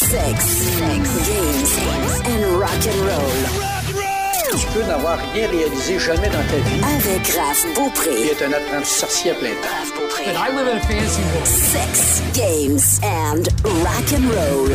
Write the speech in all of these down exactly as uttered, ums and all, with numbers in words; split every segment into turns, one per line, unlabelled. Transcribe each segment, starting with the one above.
Sex, sex, games and rock'n'roll.
Tu peux n'avoir rien réalisé jamais dans ta vie.
Avec Raph Beaupré.
Il est un apprenti sorcier à plein temps.
Raph Beaupré.
But I live in a fancy world.
Sex, games and rock'n'roll.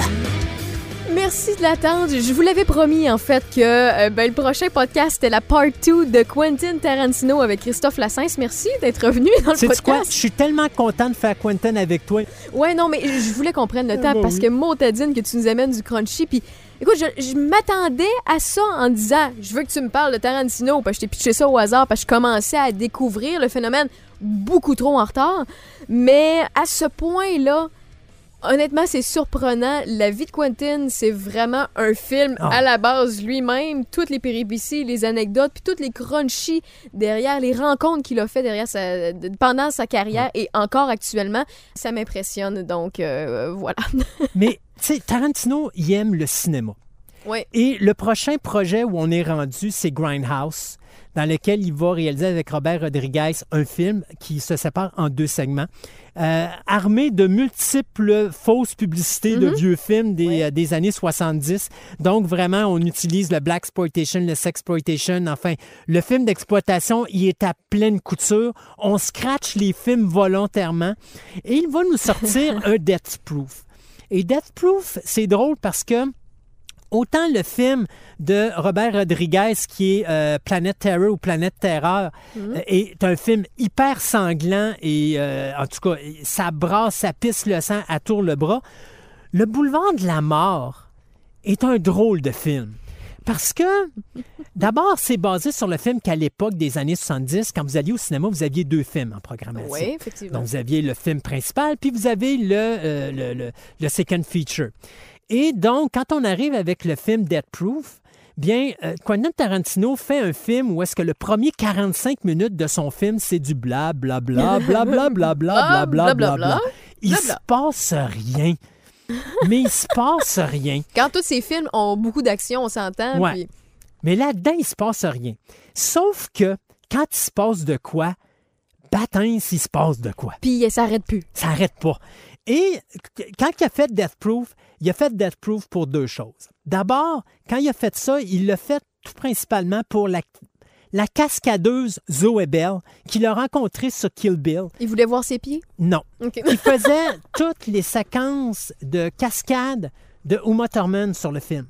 Merci de l'attendre. Je vous l'avais promis, en fait, que euh, ben, le prochain podcast, c'était la part deux de Quentin Tarantino avec Christophe Lassens. Merci d'être revenu dans le
C'est
podcast.
quoi? Je suis tellement content de faire Quentin avec toi.
Ouais, non, mais je voulais qu'on prenne le temps
Ah, bah
parce
oui.
que Motadine, que tu nous amènes du crunchy. Puis, écoute, je, je m'attendais à ça en disant, je veux que tu me parles de Tarantino, parce que je t'ai pitché ça au hasard, parce que je commençais à découvrir le phénomène beaucoup trop en retard. Mais à ce point-là, honnêtement, c'est surprenant. La vie de Quentin, c'est vraiment un film
Oh.
à la base lui-même. Toutes les péripéties, les anecdotes, puis toutes les crunchies derrière, les rencontres qu'il a fait derrière sa, pendant sa carrière et encore actuellement, ça m'impressionne. Donc, euh, voilà.
Mais, tu sais, Tarantino, il aime le cinéma.
Oui.
Et le prochain projet où on est rendu, c'est Grindhouse, dans lequel il va réaliser avec Robert Rodriguez un film qui se sépare en deux segments, euh, armé de multiples fausses publicités de
Mhm.
vieux films des,
Ouais.
euh, des années soixante-dix. Donc, vraiment, on utilise le blaxploitation, le sexploitation, enfin, le film d'exploitation, il est à pleine couture. On scratch les films volontairement. Et il va nous sortir un Death Proof. Et Death Proof, c'est drôle parce que autant le film de Robert Rodriguez, qui est euh, Planète Terror ou Planète Terreur, euh, est un film hyper sanglant et, euh, en tout cas, ça brasse, ça pisse le sang à tour le bras. Le Boulevard de la Mort est un drôle de film. Parce que, d'abord, c'est basé sur le film qu'à l'époque des années soixante-dix, quand vous alliez au cinéma, vous aviez deux films en programmation.
Oui, effectivement.
Donc, vous aviez le film principal, puis vous avez le, euh, le, le, le second feature. Et donc, quand on arrive avec le film Death Proof, bien, euh, Quentin Tarantino fait un film où est-ce que le premier quarante-cinq minutes de son film, c'est du bla, bla, bla, bla, bla, bla, bla, bla, bla, bla, bla. Il se passe rien. Mais il se passe rien.
Quand tous ces films ont beaucoup d'action, on s'entend.
Ouais.
Puis...
Mais là-dedans, il se passe rien. Sauf que, quand il se passe de quoi, bâtin, s'il se passe de quoi.
Puis ça arrête plus.
Ça n'arrête pas. Et quand il a fait Death Proof, il a fait Death Proof pour deux choses. D'abord, quand il a fait ça, il l'a fait tout principalement pour la, la cascadeuse Zoe Bell, qu'il a rencontrée sur Kill Bill.
Il voulait voir ses pieds?
Non.
OK.
Il faisait toutes les séquences de cascade de Uma Thurman sur le film.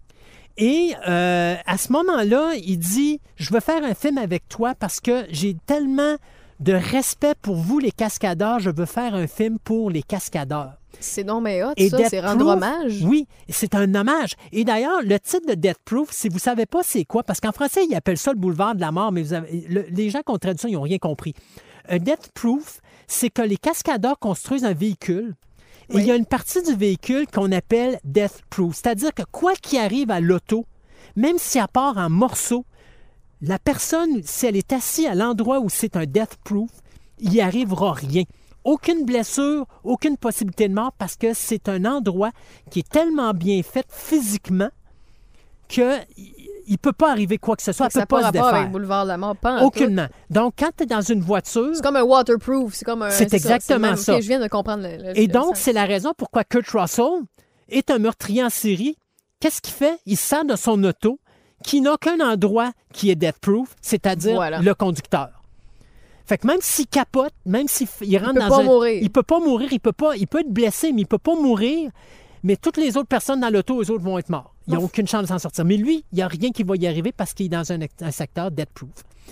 Et euh, à ce moment-là, il dit « Je veux faire un film avec toi parce que j'ai tellement de respect pour vous, les cascadeurs. Je veux faire un film pour les cascadeurs. »
C'est donc mais hot,
Et
ça,
Death
c'est rendre
Proof,
hommage.
Oui, c'est un hommage. Et d'ailleurs, le titre de Death Proof, si vous ne savez pas c'est quoi, parce qu'en français, ils appellent ça le boulevard de la mort, mais vous avez, le, les gens qui ont traduit ça, ils n'ont rien compris. Un Death Proof, c'est que les cascadeurs construisent un véhicule et
Oui.
il y a une partie du véhicule qu'on appelle Death Proof. C'est-à-dire que quoi qu'il arrive à l'auto, même si elle part en morceaux, la personne, si elle est assise à l'endroit où c'est un Death Proof, il n'y arrivera rien. Aucune blessure, aucune possibilité de mort parce que c'est un endroit qui est tellement bien fait physiquement qu'il ne peut pas arriver quoi que ce soit.
Ça
Elle
n'a
peut
pas
pas se
rapport avec
défaire.
Boulevard de la Mort, pas en tout.
Aucunement. Donc, quand tu es dans une voiture...
C'est comme un waterproof. C'est comme un.
C'est
ça,
exactement
même-
ça.
ok, je viens de comprendre le. le-
Et
le
donc,
sens.
c'est la raison pourquoi Kurt Russell est un meurtrier en série. Qu'est-ce qu'il fait? Il sort de son auto qui n'a qu'un endroit qui est death-proof, c'est-à-dire
Voilà.
le conducteur. Fait que même s'il capote, même s'il f- il rentre
peut
dans
pas
un...
mourir.
Il peut pas mourir, il peut pas... Il peut être blessé, mais il peut pas mourir. Mais toutes les autres personnes dans l'auto, eux autres vont être morts. Ils n'ont
Ouf.
aucune chance de s'en sortir. Mais lui, il n'y a rien qui va y arriver parce qu'il est dans un, un secteur death-proof.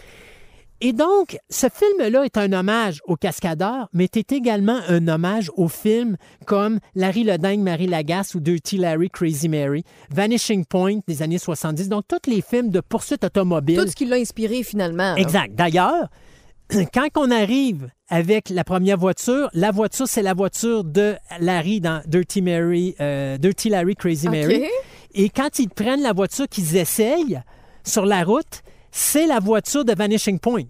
Et donc, ce film-là est un hommage aux cascadeurs, mais c'est également un hommage aux films comme Larry le Dingue, Marie Lagasse ou Dirty Larry, Crazy Mary, Vanishing Point des années soixante-dix. Donc, tous les films de poursuite automobile.
Tout ce qui l'a inspiré finalement. là.
Exact. D'ailleurs, quand on arrive avec la première voiture, la voiture, c'est la voiture de Larry dans Dirty, Mary, euh, Dirty Larry, Crazy
OK.
Mary. Et quand ils prennent la voiture qu'ils essayent sur la route, c'est la voiture de Vanishing Point.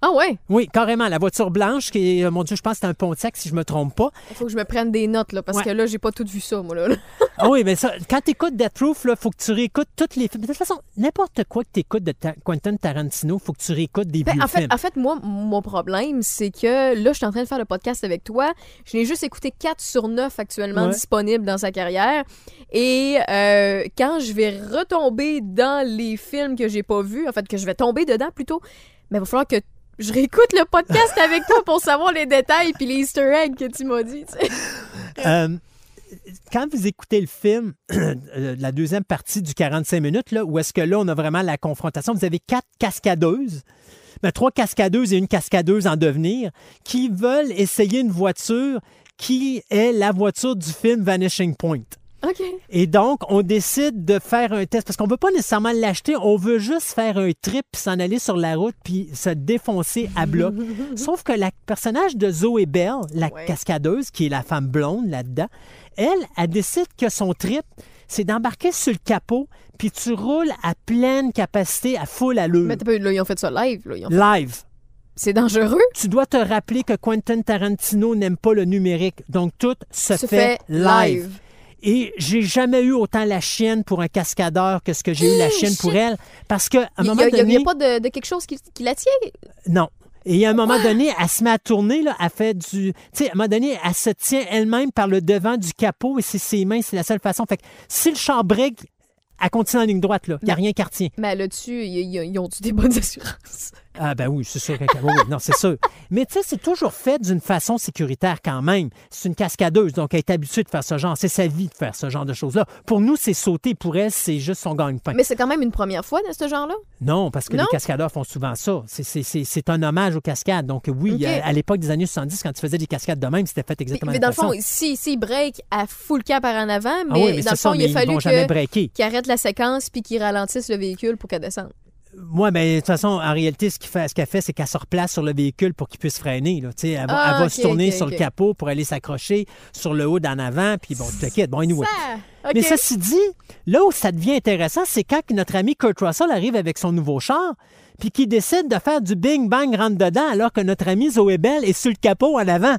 Ah ouais?
Oui, carrément. La voiture blanche, qui est, mon Dieu, je pense que c'est un Pontiac, si je me trompe pas.
Il faut que je me prenne des notes, là, parce
Ouais.
que là, j'ai pas tout vu ça, moi, là.
Ah oui, mais ça, quand tu écoutes Death Proof, il faut que tu réécoutes tous les films. De toute façon, n'importe quoi que tu écoutes de ta- Quentin Tarantino, il faut que tu réécoutes des
Ben,
vieux
en, fait,
films.
en fait, moi, mon problème, c'est que là, je suis en train de faire le podcast avec toi. Je n'ai juste écouté quatre sur neuf actuellement
Ouais.
disponibles dans sa carrière. Et euh, quand je vais retomber dans les films que j'ai pas vus, en fait, que je vais tomber dedans plutôt, mais il va falloir que je réécoute le podcast avec toi pour savoir les détails puis les easter eggs que tu m'as dit. Tu sais.
Euh, quand vous écoutez le film, euh, la deuxième partie du quarante-cinq minutes, là, où est-ce que là, on a vraiment la confrontation, vous avez quatre cascadeuses, ben, trois cascadeuses et une cascadeuse en devenir, qui veulent essayer une voiture qui est la voiture du film Vanishing Point.
OK.
Et donc, on décide de faire un test, parce qu'on ne veut pas nécessairement l'acheter, on veut juste faire un trip, puis s'en aller sur la route, puis se défoncer à bloc. Sauf que le personnage de Zoe Bell, la
Ouais.
cascadeuse, qui est la femme blonde là-dedans, elle, elle décide que son trip, c'est d'embarquer sur le capot, puis tu roules à pleine capacité, à full allure.
Mais t'as pas- là, ils ont fait ça live. Là. Ils ont fait-
Live.
C'est dangereux.
Tu dois te rappeler que Quentin Tarantino n'aime pas le numérique, donc tout se,
Se
fait,
fait
live.
live.
Et j'ai jamais eu autant la chienne pour un cascadeur que ce que j'ai eu la chienne pour elle. Parce qu'à un
Il
moment
n'y a,
donné...
pas de, de quelque chose qui, qui la tient.
Non. Et à un moment donné, elle se met à tourner, là, elle fait du... Tu sais, à un moment donné, elle se tient elle-même par le devant du capot et c'est ses mains, c'est la seule façon. Fait que si le char break, elle continue en ligne droite, là. Il n'y a rien qui retient.
Mais là-dessus, ils, ils- ils ont-tu des bonnes assurances?
Ah ben oui, c'est sûr qu'un capot, oui. Non, c'est sûr. Mais tu sais, c'est toujours fait d'une façon sécuritaire quand même. C'est une cascadeuse, donc elle est habituée de faire ce genre. C'est sa vie de faire ce genre de choses-là. Pour nous, c'est sauter. Pour elle, c'est juste son gagne-pain.
Mais c'est quand même une première fois dans ce genre-là.
Non, parce que
Non?
les cascadeurs font souvent ça. C'est, c'est, c'est, c'est un hommage aux cascades. Donc oui,
OK.
à, à l'époque des années soixante-dix, quand tu faisais des cascades de même, c'était fait exactement
Mais
la
dans
même
le fond,
façon.
si, si break à full cap par en avant, mais,
Ah oui, mais
dans
c'est
le
ça,
fond,
mais
il a
ils
fallu
vont jamais
que-
breaker.
qu'ils arrêtent la séquence puis qu'ils ralentissent le véhicule pour qu'elle descende.
Moi, mais de toute façon, en réalité, ce, qu'il fait, ce qu'elle fait, c'est qu'elle se replace sur le véhicule pour qu'il puisse freiner. Là. Tu sais, Elle, va,
Ah,
elle va
ok,
se tourner
ok,
sur
ok.
le capot pour aller s'accrocher sur le haut d'en avant, puis bon, tu te quittes. Bon, anyway.
Ça, OK.
Mais ceci dit, là où ça devient intéressant, c'est quand notre ami Kurt Russell arrive avec son nouveau char, puis qu'il décide de faire du bing-bang rentre-dedans, alors que notre ami Zoe Bell est sur le capot en avant.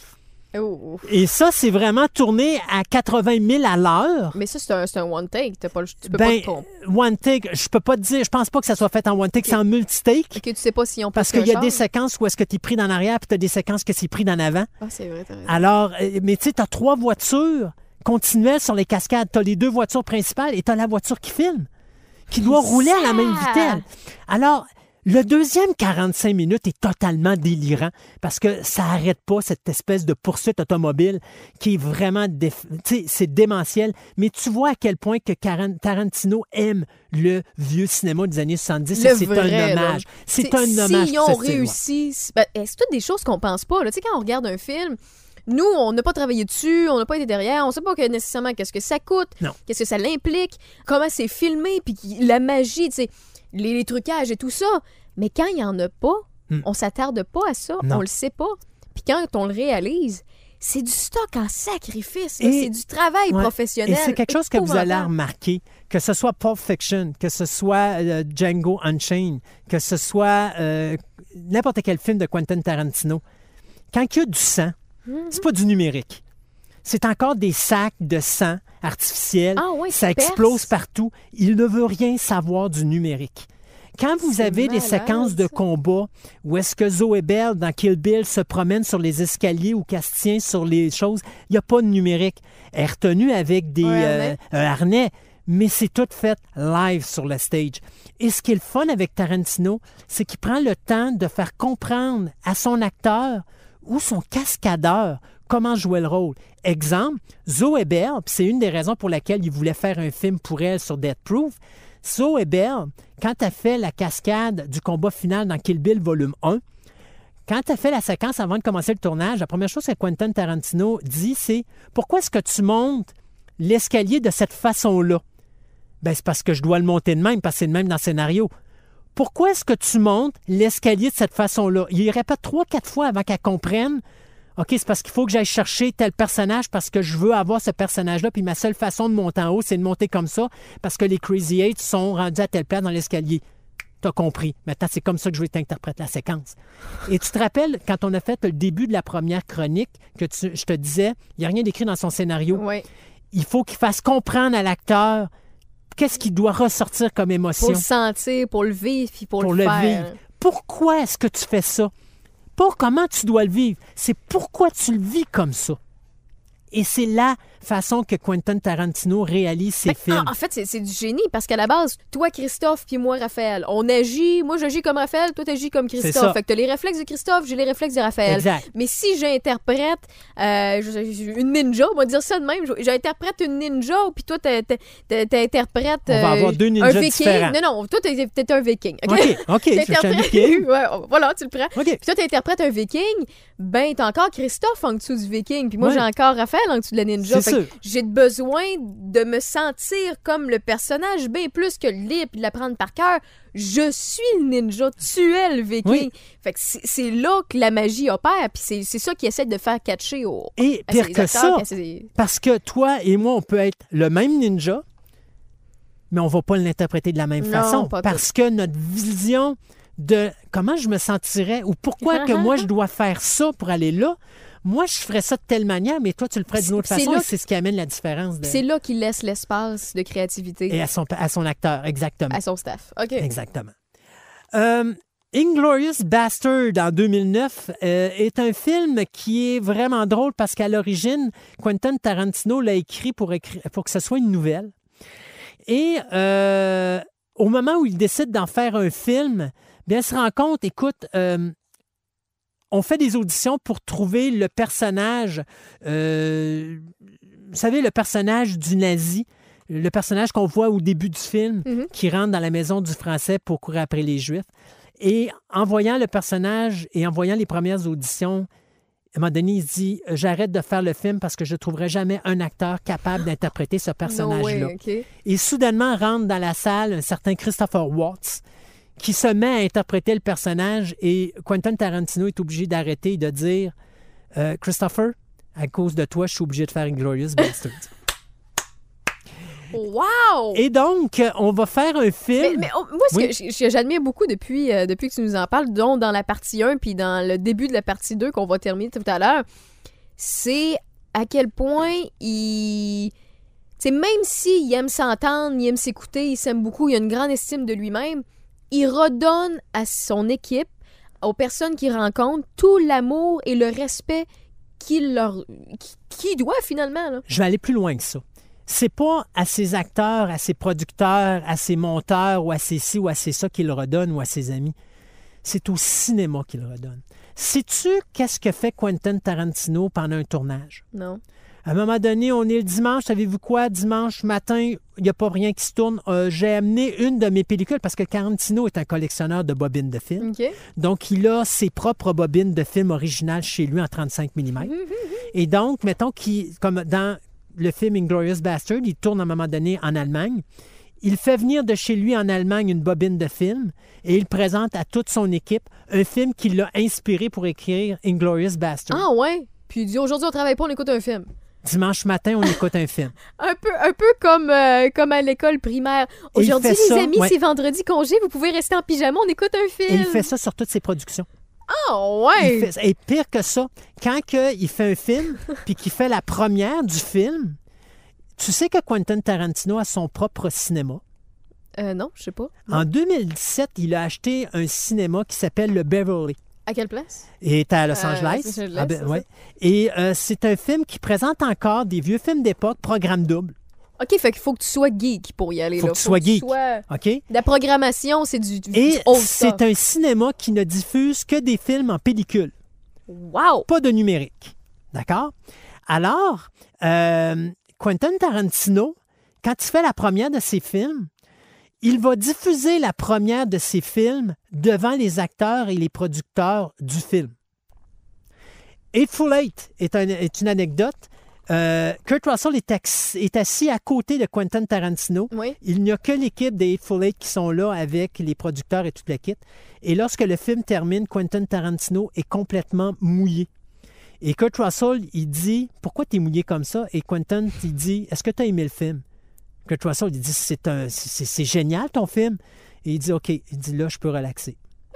Oh.
Et ça, c'est vraiment tourné à quatre-vingt mille à l'heure.
Mais ça, c'est un, c'est un one take. T'as pas, le- tu peux
Ben,
pas te tromper.
one take, je peux pas te dire, je pense pas que ça soit fait en one take, c'est en multi-take.
OK, tu sais pas s'ils ont
Parce
plus
qu'il y a
qu'un
des
char.
séquences où est-ce que tu es pris dans l'arrière, puis tu as des séquences que c'est pris dans l'avant.
Ah, c'est vrai, t'as raison.
Alors, euh, mais tu sais, tu as trois voitures continuelles sur les cascades. Tu as les deux voitures principales et tu as la voiture qui filme, qui doit rouler à la même
Ça!
vitesse. Alors, le deuxième quarante-cinq minutes est totalement délirant parce que ça n'arrête pas cette espèce de poursuite automobile qui est vraiment... déf- Tu sais, c'est démentiel, mais tu vois à quel point que Caran- Tarantino aime le vieux cinéma des années soixante-dix.
Le
et c'est
vrai,
un
là.
hommage. C'est
C'est-
un hommage.
S'ils
pour ce
ont
style-là.
réussi... c'est ben, c'est toutes des choses qu'on pense pas. là. Tu sais, quand on regarde un film... Nous, on n'a pas travaillé dessus, on n'a pas été derrière, on sait pas que nécessairement qu'est-ce que ça coûte,
Non.
qu'est-ce que ça l'implique, comment c'est filmé, puis qui- la magie, tu sais, les, les trucages et tout ça. Mais quand il y en a pas,
Hmm.
on s'attarde pas à ça,
Non.
on le sait pas. Puis quand on le réalise, c'est du stock en sacrifice, là.
Et-
c'est du travail
Ouais.
professionnel.
Et c'est quelque chose que vous allez
épouvantable.
remarquer, que ce soit Pulp Fiction, que ce soit euh, Django Unchained, que ce soit euh, n'importe quel film de Quentin Tarantino. Quand il y a du sang, c'est pas du numérique. C'est encore des sacs de sang artificiels.
Ah ouais,
ça
qui percent.
explose partout. Il ne veut rien savoir du numérique. Quand vous
C'est
avez des
malade,
séquences de
ça.
combat où est-ce que Zoe Bell, dans Kill Bill, se promène sur les escaliers ou qu'elle se tient sur les choses, il n'y a pas de numérique. Elle est retenue avec des
Un harnais.
euh, un harnais, mais c'est tout fait live sur le stage. Et ce qui est le fun avec Tarantino, c'est qu'il prend le temps de faire comprendre à son acteur ou son cascadeur comment jouer le rôle. Exemple, Zoe Bell, puis c'est une des raisons pour laquelle il voulait faire un film pour elle sur Death Proof. Zoe Bell, quand elle fait la cascade du combat final dans Kill Bill volume un, quand elle fait la séquence avant de commencer le tournage, la première chose que Quentin Tarantino dit, c'est « Pourquoi est-ce que tu montes l'escalier de cette façon-là? » Ben, c'est parce que je dois le monter de même, parce que c'est de même dans le scénario. Pourquoi est-ce que tu montes l'escalier de cette façon-là? Il y répète trois, quatre fois avant qu'elle comprenne. OK, c'est parce qu'il faut que j'aille chercher tel personnage parce que je veux avoir ce personnage-là. Puis ma seule façon de monter en haut, c'est de monter comme ça parce que les Crazy Eight sont rendus à telle place dans l'escalier. t'as compris. Maintenant, c'est comme ça que je veux que tu interprètes la séquence. Et tu te rappelles, quand on a fait le début de la première chronique, que tu, je te disais, il n'y a rien d'écrit dans son scénario.
Oui.
Il faut qu'il fasse comprendre à l'acteur qu'est-ce qu'il doit ressortir comme émotion.
Pour le sentir, pour le vivre, puis pour,
pour
le,
le
faire.
vivre. Pourquoi est-ce que tu fais ça? Pas comment tu dois le vivre, c'est pourquoi tu le vis comme ça. Et c'est la façon que Quentin Tarantino réalise ses
Fait que,
films.
En, en fait, c'est, c'est du génie parce qu'à la base, toi, Christophe, puis moi, Raphaël, on agit. Moi, j'agis comme Raphaël, toi, t'agis comme
C'est
Christophe.
ça.
Fait que t'as les réflexes de Christophe, j'ai les réflexes de Raphaël.
Exact.
Mais si j'interprète euh, je- je- une ninja, on va dire ça de même, je- j'interprète une ninja, puis toi, t'as- t'as- t'as- t'interprètes
On va
euh,
avoir deux
un
ninjas
viking.
différents.
Non, non, toi, t'es, t'es un viking. OK?
OK, OK, je suis un
T'interprètes-
viking.
Ouais, voilà, tu le prends.
OK.
Puis toi, t'interprètes un viking, ben, t'as encore Christophe en dessous du viking. Puis moi,
Ouais.
j'ai encore Raphaël en dessous de la ninja.
C'est
Fait que
sûr.
j'ai besoin de me sentir comme le personnage, bien plus que le lire puis de l'apprendre par cœur. Je suis le ninja, tu es le viking.
Oui.
Fait que c'est, c'est là que la magie opère, puis c'est, c'est ça qui essaie de faire catcher au,
Et
à
pire
ses
que
acteurs,
ça,
puis à ses-
parce que toi et moi, on peut être le même ninja, mais on ne va pas l'interpréter de la même
Non,
façon.
pas
Parce que notre vision de comment je me sentirais ou pourquoi que moi, je dois faire ça pour aller là, moi, je ferais ça de telle manière, mais toi, tu le ferais d'une autre
C'est
façon.
là
Et c'est ce qui amène la différence. De...
C'est là qu'il laisse l'espace de créativité
Et à son, à son acteur, exactement.
à son staff. OK.
Exactement. Euh, Inglourious Bastard en deux mille neuf euh, est un film qui est vraiment drôle parce qu'à l'origine, Quentin Tarantino l'a écrit pour, écri- pour que ce soit une nouvelle. Et euh, au moment où il décide d'en faire un film, bien, il se rend compte, écoute, euh, on fait des auditions pour trouver le personnage, euh, vous savez, le personnage du nazi, le personnage qu'on voit au début du film,
Mhm.
qui rentre dans la maison du Français pour courir après les Juifs. Et en voyant le personnage et en voyant les premières auditions, à un moment donné, il se dit « J'arrête de faire le film parce que je ne trouverai jamais un acteur capable d'interpréter ce
No
personnage-là.
way, OK.
Et soudainement rentre dans la salle un certain Christopher Waltz qui se met à interpréter le personnage et Quentin Tarantino est obligé d'arrêter et de dire euh, « Christopher, à cause de toi, je suis obligé de faire Inglourious Bastard. »
Wow!
Et donc, on va faire un
Mais,
film...
mais, oh, moi, ce
Oui.
que j- j- j'admire beaucoup depuis, euh, depuis que tu nous en parles, dont dans la partie un puis dans le début de la partie deux qu'on va terminer tout à l'heure, c'est à quel point il... Tu sais, même s'il aime s'entendre, il aime s'écouter, il s'aime beaucoup, il a une grande estime de lui-même, il redonne à son équipe, aux personnes qu'il rencontre, tout l'amour et le respect qu'il leur... qu'il qu'il doit finalement. Là.
Je vais aller plus loin que ça. C'est pas à ses acteurs, à ses producteurs, à ses monteurs ou à ses ci ou à ses ça qu'il redonne ou à ses amis. C'est au cinéma qu'il redonne. Sais-tu qu'est-ce que fait Quentin Tarantino pendant un tournage?
Non.
À un moment donné, on est le dimanche, savez-vous quoi? Dimanche matin, il n'y a pas rien qui se tourne. Euh, j'ai amené une de mes pellicules parce que Tarantino est un collectionneur de bobines de films.
OK.
Donc, il a ses propres bobines de films originales chez lui en trente-cinq millimètres. Et donc, mettons qu'il, comme dans le film Inglourious Bastard, il tourne à un moment donné en Allemagne. Il fait venir de chez lui en Allemagne une bobine de film et il présente à toute son équipe un film qui l'a inspiré pour écrire Inglourious Bastard.
Ah ouais? Puis il dit aujourd'hui on travaille pas, on écoute un film.
Dimanche matin, on écoute un film.
Un peu, un peu comme, euh, comme à l'école primaire.
Et il
Aujourd'hui,
fait
les
ça,
amis,
ouais.
c'est vendredi congé, vous pouvez rester en pyjama, on écoute un film.
Et il fait ça sur toutes ses productions.
Ah ouais!
Il fait- et pire que ça, quand que il fait un film puis qu'il fait la première du film, tu sais que Quentin Tarantino a son propre cinéma.
Euh, non, je sais pas.
En deux mille dix-sept, il a acheté un cinéma qui s'appelle le Beverly.
À quelle place?
Il est à Los
Euh,
Angeles.
Los Angeles,
Ah ben,
c'est
ouais.
ça.
Et euh, c'est un film qui présente encore des vieux films d'époque, programme double.
OK, fait qu'il faut que tu sois geek pour y aller.
Faut
là.
que tu sois geek.
sois-
OK?
La programmation, c'est du, du
Et
old
c'est
stuff.
un cinéma qui ne diffuse que des films en pellicule,
Wow!
pas de numérique. D'accord? Alors, euh, Quentin Tarantino, quand il fait la première de ses films, il va diffuser la première de ses films devant les acteurs et les producteurs du film. Eightful Eight est, un- est une anecdote. Euh, Kurt Russell est, ax- est assis à côté de Quentin Tarantino.
Oui.
Il n'y a que l'équipe des Eightful Eight qui sont là avec les producteurs et toute la kit. Et lorsque le film termine, Quentin Tarantino est complètement mouillé. Et Kurt Russell, il dit « Pourquoi tu es mouillé comme ça? » Et Quentin, il dit « Est-ce que tu as aimé le film? » Kurt Russell, il dit c'est, un, c'est, c'est génial ton film. Et il dit, OK, il dit, là, je peux relaxer.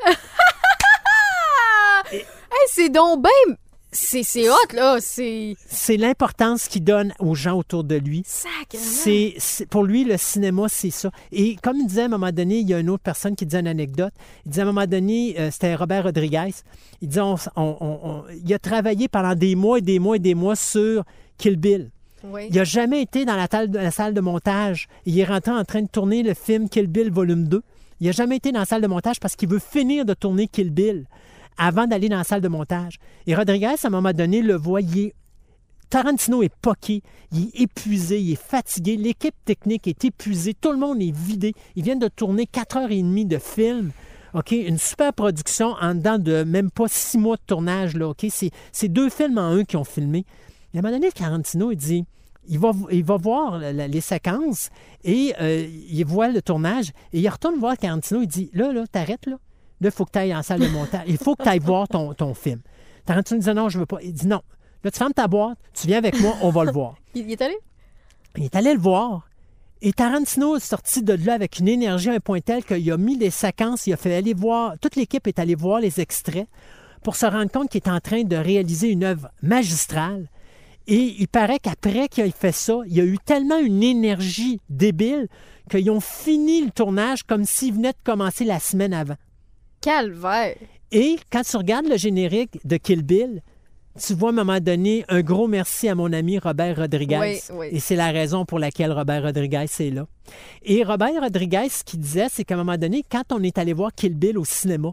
Et... Hey, c'est donc ben... C'est, c'est hot, là. C'est...
c'est l'importance qu'il donne aux gens autour de lui.
Sacrément.
C'est, c'est, pour lui, le cinéma, c'est ça. Et comme il disait à un moment donné, il y a une autre personne qui disait une anecdote. Il disait à un moment donné, euh, c'était Robert Rodriguez, il disait, on, on, on, on, il a travaillé pendant des mois et des mois et des mois sur Kill Bill.
Oui.
Il n'a jamais été dans la, table, la salle de montage. Il est rentré en train de tourner le film Kill Bill volume deux. Il n'a jamais été dans la salle de montage parce qu'il veut finir de tourner Kill Bill avant d'aller dans la salle de montage. Et Rodriguez, à un moment donné, le voit, il est... Tarantino est poqué, il est épuisé, il est fatigué, l'équipe technique est épuisée, tout le monde est vidé. Ils viennent de tourner quatre heures et demie de film. OK, une super production en dedans de même pas six mois de tournage. Là, OK? C'est, c'est deux films en un qui ont filmé. Et à un moment donné, Tarantino, il dit... Il va, il va voir la, la, les séquences et euh, il voit le tournage et il retourne voir Tarantino. Il dit, là, là, t'arrêtes, là. Là, il faut que tu ailles en salle de montage. Il faut que tu ailles voir ton, ton film. Tarantino dit, non, je veux pas. Il dit, non. Là, tu fermes ta boîte, tu viens avec moi, on va le voir.
Il, il est allé?
Il est allé le voir. Et Tarantino est sorti de là avec une énergie à un point tel qu'il a mis les séquences, il a fait aller voir, toute l'équipe est allée voir les extraits pour se rendre compte qu'il est en train de réaliser une œuvre magistrale. Et il paraît qu'après qu'il ait fait ça, il y a eu tellement une énergie débile qu'ils ont fini le tournage comme s'il venait de commencer la semaine avant.
Calvaire!
Et quand tu regardes le générique de Kill Bill, tu vois à un moment donné un gros merci à mon ami Robert Rodriguez.
Oui, oui.
Et c'est la raison pour laquelle Robert Rodriguez est là. Et Robert Rodriguez, ce qu'il disait, c'est qu'à un moment donné, quand on est allé voir Kill Bill au cinéma,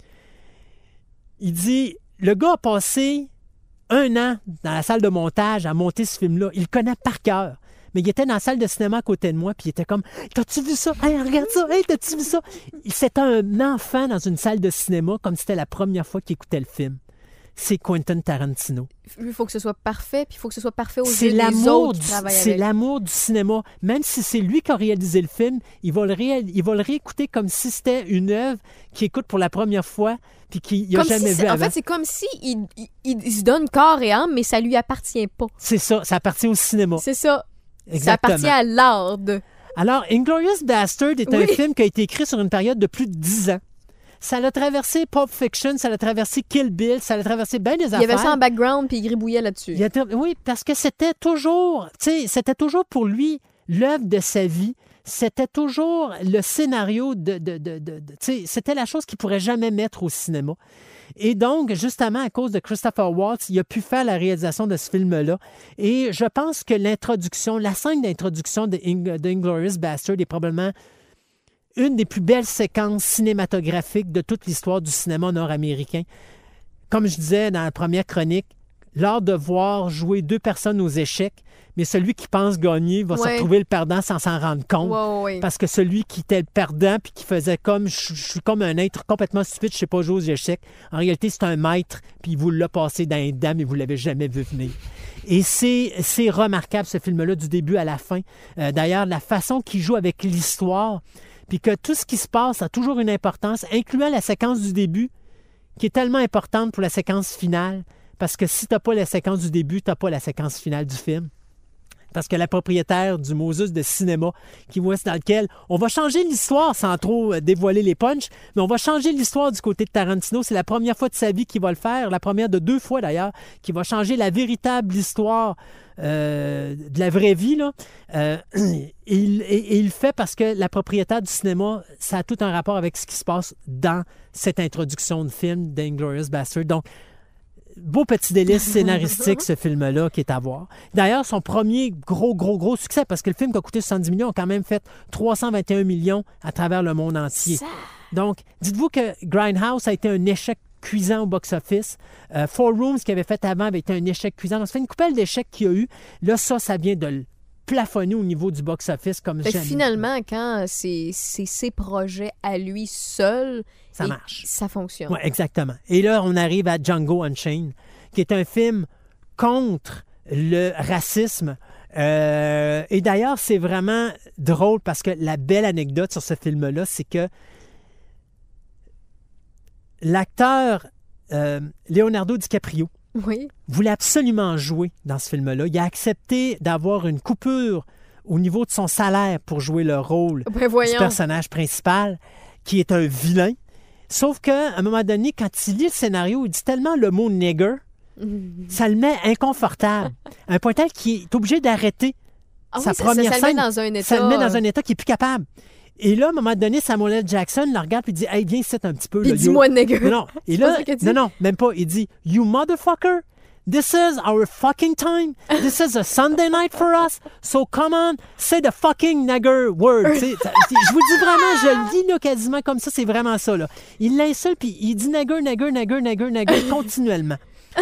il dit, le gars a passé un an dans la salle de montage à monter ce film-là. Il le connaît par cœur. Mais il était dans la salle de cinéma à côté de moi, puis il était comme « T'as-tu vu ça? Hey, regarde ça! Hey, t'as-tu vu ça? » C'était un enfant dans une salle de cinéma, comme si c'était la première fois qu'il écoutait le film. C'est Quentin Tarantino.
Il faut que ce soit parfait, puis il faut que ce soit parfait aux
c'est
yeux des autres qui
du,
travaillent
C'est
avec.
l'amour du cinéma. Même si c'est lui qui a réalisé le film, il va le, réal... il va le réécouter comme si c'était une œuvre qu'il écoute pour la première fois puis qu'il n'a jamais
si
vu avant.
En fait, c'est comme si il, il, il se donne corps et âme, mais ça lui appartient pas.
C'est ça, ça appartient au cinéma.
C'est ça.
Exactement.
Ça appartient à l'art de...
Alors, Inglourious Bastard est
Oui.
un film qui a été écrit sur une période de plus de dix ans. Ça l'a traversé Pulp Fiction, ça l'a traversé Kill Bill, ça l'a traversé bien des affaires.
Il y avait ça en background, puis il gribouillait là-dessus.
Il a tra- Oui, parce que c'était toujours, tu sais, c'était toujours pour lui l'œuvre de sa vie. C'était toujours le scénario de... de, de, de, de tu sais, c'était la chose qu'il ne pourrait jamais mettre au cinéma. Et donc, justement, à cause de Christopher Waltz, il a pu faire la réalisation de ce film-là. Et je pense que l'introduction, la scène d'introduction de Ing- d'Inglourious Bastard est probablement une des plus belles séquences cinématographiques de toute l'histoire du cinéma nord-américain. Comme je disais dans la première chronique, l'art de voir jouer deux personnes aux échecs, mais celui qui pense gagner va
Ouais.
se retrouver le perdant sans s'en rendre compte.
Ouais, ouais, ouais.
Parce que celui qui était le perdant puis qui faisait comme je, je suis comme un être complètement stupide, je sais pas jouer aux échecs. En réalité, c'est un maître, puis il vous l'a passé dans les dents, mais vous l'avez jamais vu venir. Et c'est, c'est remarquable, ce film-là, du début à la fin. Euh, d'ailleurs, la façon qu'il joue avec l'histoire, puis que tout ce qui se passe a toujours une importance, incluant la séquence du début, qui est tellement importante pour la séquence finale, parce que si tu n'as pas la séquence du début, tu n'as pas la séquence finale du film. Parce que la propriétaire du Moses de cinéma, qui voit dans lequel on va changer l'histoire sans trop dévoiler les punchs, mais on va changer l'histoire du côté de Tarantino. C'est la première fois de sa vie qu'il va le faire, la première de deux fois d'ailleurs, qui va changer la véritable histoire euh, de la vraie vie. Là. Euh, et, il, et, et il le fait parce que la propriétaire du cinéma, ça a tout un rapport avec ce qui se passe dans cette introduction de film d'Inglourious Bastard. Donc, beau petit délice scénaristique, ce film-là, qui est à voir. D'ailleurs, son premier gros, gros, gros succès, parce que le film qui a coûté soixante-dix millions a quand même fait trois cent vingt et un millions à travers le monde entier.
Ça...
Donc, dites-vous que Grindhouse a été un échec cuisant au box-office. Euh, Four Rooms, qu'il avait fait avant, avait été un échec cuisant. Donc, ça fait une coupelle d'échecs qu'il y a eu. Là, ça, ça vient de le plafonner au niveau du box-office comme
Fait que
jamais.
finalement, quand c'est, c'est ses projets à lui seul,
Ça
et
marche.
ça fonctionne.
Oui, exactement. Et là, on arrive à Django Unchained, qui est un film contre le racisme. Euh, et d'ailleurs, c'est vraiment drôle parce que la belle anecdote sur ce film-là, c'est que l'acteur euh, Leonardo DiCaprio
Oui.
voulait absolument jouer dans ce film-là. Il a accepté d'avoir une coupure au niveau de son salaire pour jouer le rôle
Ben
du
voyons.
personnage principal. qui est un vilain. Sauf qu'à un moment donné, quand il lit le scénario, il dit tellement le mot « nigger », ça le met inconfortable. À un point tel qu'il est obligé d'arrêter
Ah
sa
oui, ça,
première
ça, ça
scène.
le met dans un état...
Ça le met dans un état qui n'est plus capable. Et là, à un moment donné, Samuel L. Jackson le regarde et dit « Hey, viens ici un petit peu. »
Puis dis-moi nigger.
Non, non. Et
C'est
là,
pas ça qu'il dit?
non, non, même pas. Il dit « You motherfucker! This is our fucking time. This is a Sunday night for us. So come on, say the fucking nigger word. » Je vous dis vraiment, je le dis là, quasiment comme ça, c'est vraiment ça. Là. Il l'insulte, puis il dit nigger, nigger, nigger, nigger, nigger continuellement.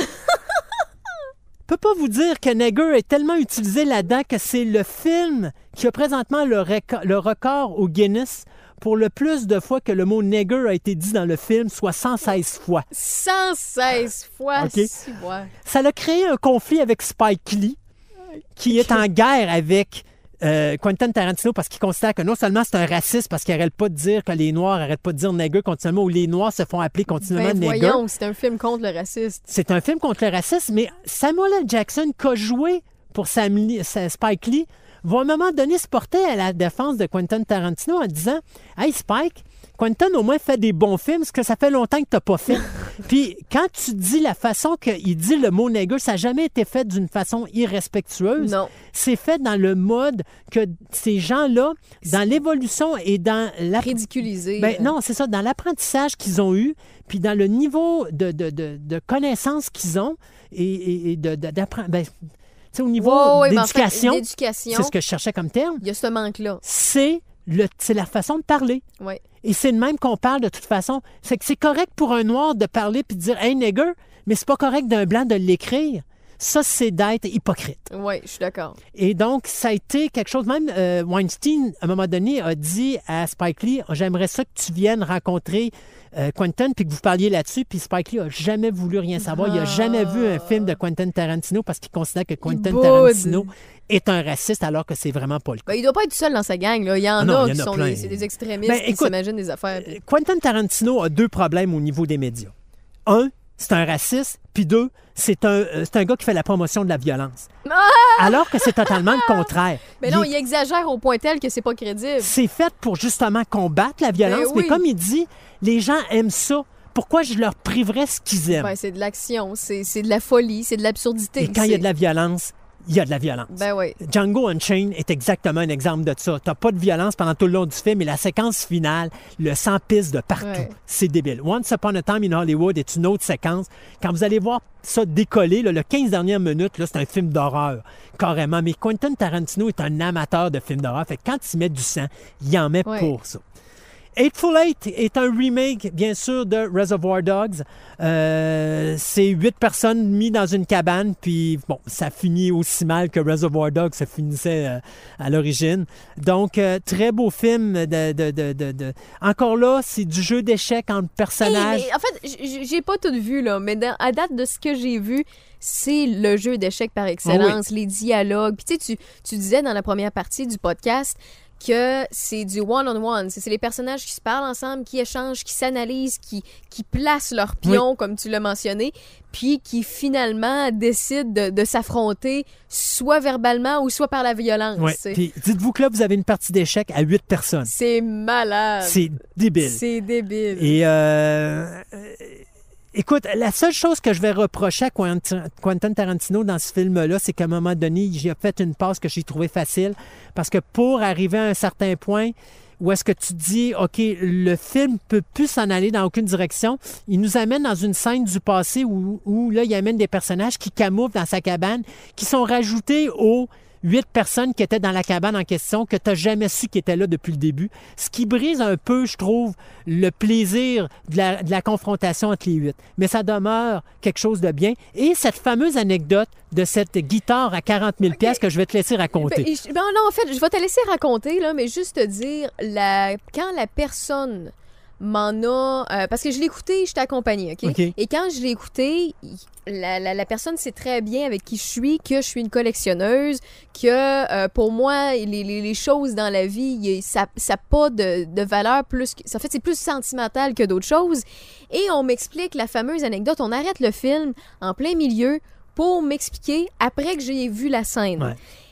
Je peux pas vous dire que nigger est tellement utilisé là-dedans que c'est le film qui a présentement le, reco- le record au Guinness pour le plus de fois que le mot nigger a été dit dans le film, soit cent seize fois.
cent seize fois,
OK.
si, ouais.
Ça a créé un conflit avec Spike Lee, qui est en guerre avec euh, Quentin Tarantino parce qu'il considère que non seulement c'est un raciste parce qu'il n'arrête pas de dire que les Noirs n'arrêtent pas de dire nigger continuellement ou les Noirs se font appeler continuellement
Ben
nigger.
voyons, c'est un film contre le racisme.
C'est un film contre le racisme, mais Samuel L. Jackson, qui a joué pour Sam Lee- Spike Lee, va à un moment donné se porter à la défense de Quentin Tarantino en disant « Hey Spike, Quentin au moins fait des bons films, ce que ça fait longtemps que tu n'as pas fait. » Puis quand tu dis la façon qu'il dit le mot « nigger », ça n'a jamais été fait d'une façon irrespectueuse.
Non.
C'est fait dans le mode que ces gens-là, dans l'évolution et dans la...
Ridiculisé.
Ben,
là.
non, c'est ça, dans l'apprentissage qu'ils ont eu, puis dans le niveau de, de, de, de connaissances qu'ils ont et, et, et de, de, d'apprendre... Ben, tu sais, au niveau
Ouais, ouais, ben, en fait,
d'éducation,
d'éducation,
c'est ce que je cherchais comme terme,
il y a ce manque-là.
c'est, le, c'est la façon de parler.
Ouais.
Et c'est de même qu'on parle de toute façon. C'est que c'est correct pour un noir de parler puis de dire « Hey, nigger », mais c'est pas correct d'un blanc de l'écrire. Ça, c'est d'être hypocrite.
Oui, je suis d'accord.
Et donc, ça a été quelque chose, même euh, Weinstein, à un moment donné, a dit à Spike Lee, j'aimerais ça que tu viennes rencontrer euh, Quentin puis que vous parliez là-dessus. Puis Spike Lee a jamais voulu rien savoir. Il n'a jamais vu un film de Quentin Tarantino parce qu'il considère que Quentin
boude.
Tarantino est un raciste alors que c'est vraiment pas le cas.
Ben, il doit pas être seul dans sa gang. Là. Il y en
Ah non,
a
il y
qui
en a
sont
plein.
des, c'est des extrémistes
Ben,
qui
écoute,
s'imaginent des affaires. puis-
Quentin Tarantino a deux problèmes au niveau des médias. Un, c'est un raciste, puis deux, c'est un, euh, c'est un gars qui fait la promotion de la violence. Alors que c'est totalement le contraire.
Mais
Il
non,
est-
il exagère au point tel que c'est pas crédible.
C'est fait pour justement combattre la violence,
Ben oui.
mais comme il dit, les gens aiment ça. Pourquoi je leur priverais ce qu'ils aiment?
Ben, c'est de l'action, c'est, c'est de la folie, c'est de l'absurdité.
Et quand il y a
c'est-
de la violence, il y a de la violence.
Ben oui.
Django Unchained est exactement un exemple de ça. T'as pas de violence pendant tout le long du film et la séquence finale, le sang pisse de partout.
Ouais.
C'est débile. Once Upon a Time in Hollywood est une autre séquence. Quand vous allez voir ça décoller, là, le quinze dernières minutes, là, c'est un film d'horreur, carrément. Mais Quentin Tarantino est un amateur de films d'horreur. Fait que quand il met du sang, il en met
Ouais.
pour ça. Eightful Eight est un remake, bien sûr, de Reservoir Dogs. Euh, c'est huit personnes mises dans une cabane, puis bon, ça finit aussi mal que Reservoir Dogs, ça finissait euh, à l'origine. Donc, euh, très beau film. De, de, de, de, de- Encore là, c'est du jeu d'échecs entre personnages.
Hey, mais en fait, j- j'ai pas tout vu, là, mais dans- à date de ce que j'ai vu, c'est le jeu d'échecs par excellence, les dialogues. Puis tu sais, tu- tu disais dans la première partie du podcast que c'est du one-on-one. C'est c'est les personnages qui se parlent ensemble, qui échangent, qui s'analysent, qui, qui placent leurs pions, comme tu l'as mentionné, puis qui finalement décident de, de s'affronter soit verbalement ou soit par la violence.
Ouais.
C'est-
Puis dites-vous que là, vous avez une partie d'échecs à huit personnes.
C'est malade.
C'est débile.
C'est débile.
Et euh, euh, écoute, la seule chose que je vais reprocher à Quentin, Quentin Tarantino dans ce film-là, c'est qu'à un moment donné, j'ai fait une passe que j'ai trouvée facile. Parce que pour arriver à un certain point où est-ce que tu dis, OK, le film peut plus s'en aller dans aucune direction, il nous amène dans une scène du passé où, où là, il amène des personnages qui camouflent dans sa cabane, qui sont rajoutés aux huit personnes qui étaient dans la cabane en question, que tu n'as jamais su qu'ils étaient là depuis le début. Ce qui brise un peu, je trouve, le plaisir de la, de la confrontation entre les huit. Mais ça demeure quelque chose de bien. Et cette fameuse anecdote de cette guitare à quarante mille piastres que je vais te laisser raconter.
Ben, je- ben non, en fait, je vais te laisser raconter, là, mais juste te dire, la, quand la personne m'en a... euh, parce que je l'ai écouté, je t'ai accompagnée, OK?
OK.
Et quand je l'ai écouté, il- la, la, la personne sait très bien avec qui je suis, que je suis une collectionneuse, que euh, pour moi, les, les, les choses dans la vie, il y a- ça n'a pas de, de valeur plus... que- ça fait, c'est plus sentimental que d'autres choses. Et on m'explique la fameuse anecdote, on arrête le film en plein milieu pour m'expliquer après que j'ai vu la scène.
Ouais.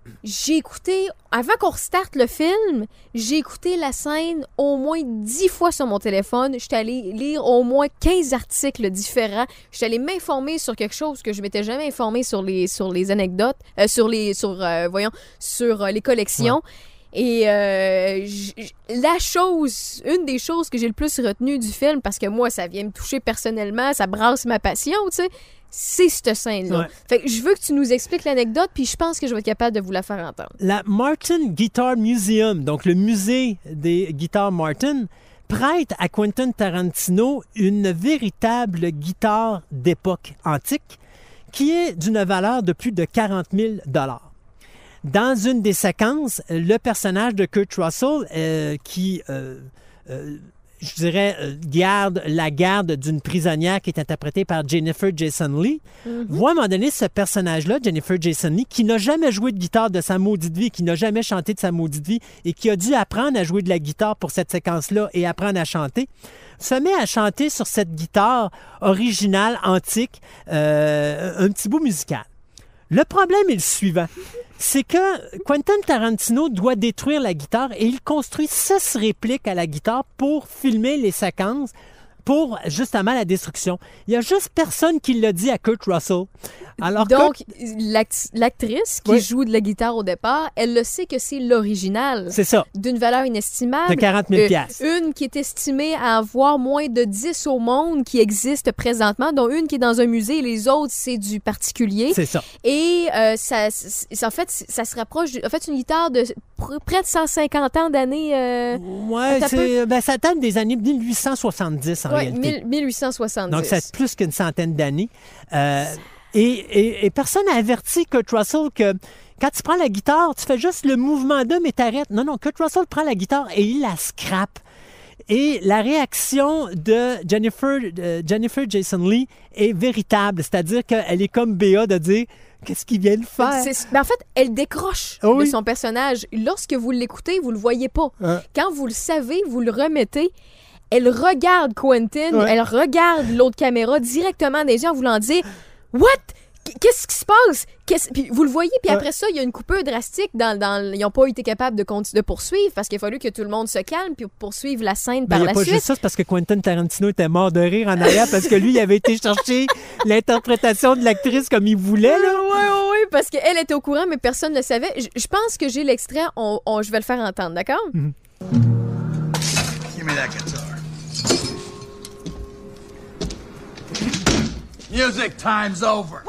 j'ai écouté, avant qu'on restarte le film, j'ai écouté la scène au moins dix fois sur mon téléphone. J'étais allée lire au moins quinze articles différents. J'étais allée m'informer sur quelque chose que je m'étais jamais informée sur les, sur les anecdotes, euh, sur les, sur, euh, voyons, sur euh, les collections. Ouais. Et euh, j- j- la chose, une des choses que j'ai le plus retenue du film, parce que moi, ça vient me toucher personnellement, ça brasse ma passion, tu sais, c'est cette scène-là. Ouais. Fait que je veux que tu nous expliques l'anecdote, puis je pense que je vais être capable de vous la faire entendre.
La Martin Guitar Museum, donc le musée des guitares Martin, prête à Quentin Tarantino une véritable guitare d'époque antique qui est d'une valeur de plus de quarante mille dollars. Dans une des séquences, le personnage de Kurt Russell, euh, qui, euh, euh, je dirais, euh, garde la garde d'une prisonnière qui est interprétée par Jennifer Jason Leigh, mm-hmm. voit à un moment donné ce personnage-là, Jennifer Jason Leigh, qui n'a jamais joué de guitare de sa maudite vie, qui n'a jamais chanté de sa maudite vie et qui a dû apprendre à jouer de la guitare pour cette séquence-là et apprendre à chanter, se met à chanter sur cette guitare originale, antique, euh, un petit bout musical. Le problème est le suivant. C'est que Quentin Tarantino doit détruire la guitare et il construit six répliques à la guitare pour filmer les séquences pour justement la destruction. Il n'y a juste personne qui l'a dit à Kurt Russell. Alors
Donc,
Kurt...
l'act- l'actrice qui oui. joue de la guitare au départ, elle le sait que c'est l'original.
C'est ça.
D'une valeur inestimable.
De quarante mille dollars.
Euh, une qui est estimée à avoir moins de dix au monde qui existent présentement, dont une qui est dans un musée, les autres, c'est du particulier.
C'est ça.
Et euh, ça, c'est, en fait, ça se rapproche, du, en fait, une guitare de pr- près de cent cinquante ans d'années. Euh,
oui, c'est, ben, ça date des années mille huit cent soixante-dix en
ouais,
réalité.
mille huit cent soixante-dix.
Donc, c'est plus qu'une centaine d'années. Euh, et, et, et personne n'a averti Kurt Russell que quand tu prends la guitare, tu fais juste le mouvement d'homme et t'arrêtes. Non, non, Kurt Russell prend la guitare et il la scrape. Et la réaction de Jennifer, euh, Jennifer Jason Leigh est véritable. C'est-à-dire qu'elle est comme B A de dire « Qu'est-ce qu'il vient de faire? »
Ben en fait, elle décroche
oh oui.
de son personnage. Lorsque vous l'écoutez, vous le voyez pas. Hein? Quand vous le savez, vous le remettez. Elle regarde Quentin, ouais. elle regarde l'autre caméra directement dans les yeux en voulant dire « What? Qu'est-ce qui se passe? » Qu'est-ce... Puis vous le voyez, puis ouais. après ça, il y a une coupure drastique. Dans, dans... Ils n'ont pas été capables de, continu... de poursuivre parce qu'il a fallu que tout le monde se calme puis poursuivre la scène ben, par la suite. Il n'y a pas juste
ça, c'est parce que Quentin Tarantino était mort de rire en arrière parce que lui, il avait été chercher l'interprétation de l'actrice comme il voulait. Là.
Oui, oui, oui, parce qu'elle était au courant, mais personne ne le savait. Je, je pense que j'ai l'extrait. On, on... Je vais le faire entendre, d'accord? Mm-hmm.
Give me that guitar. Music time's over.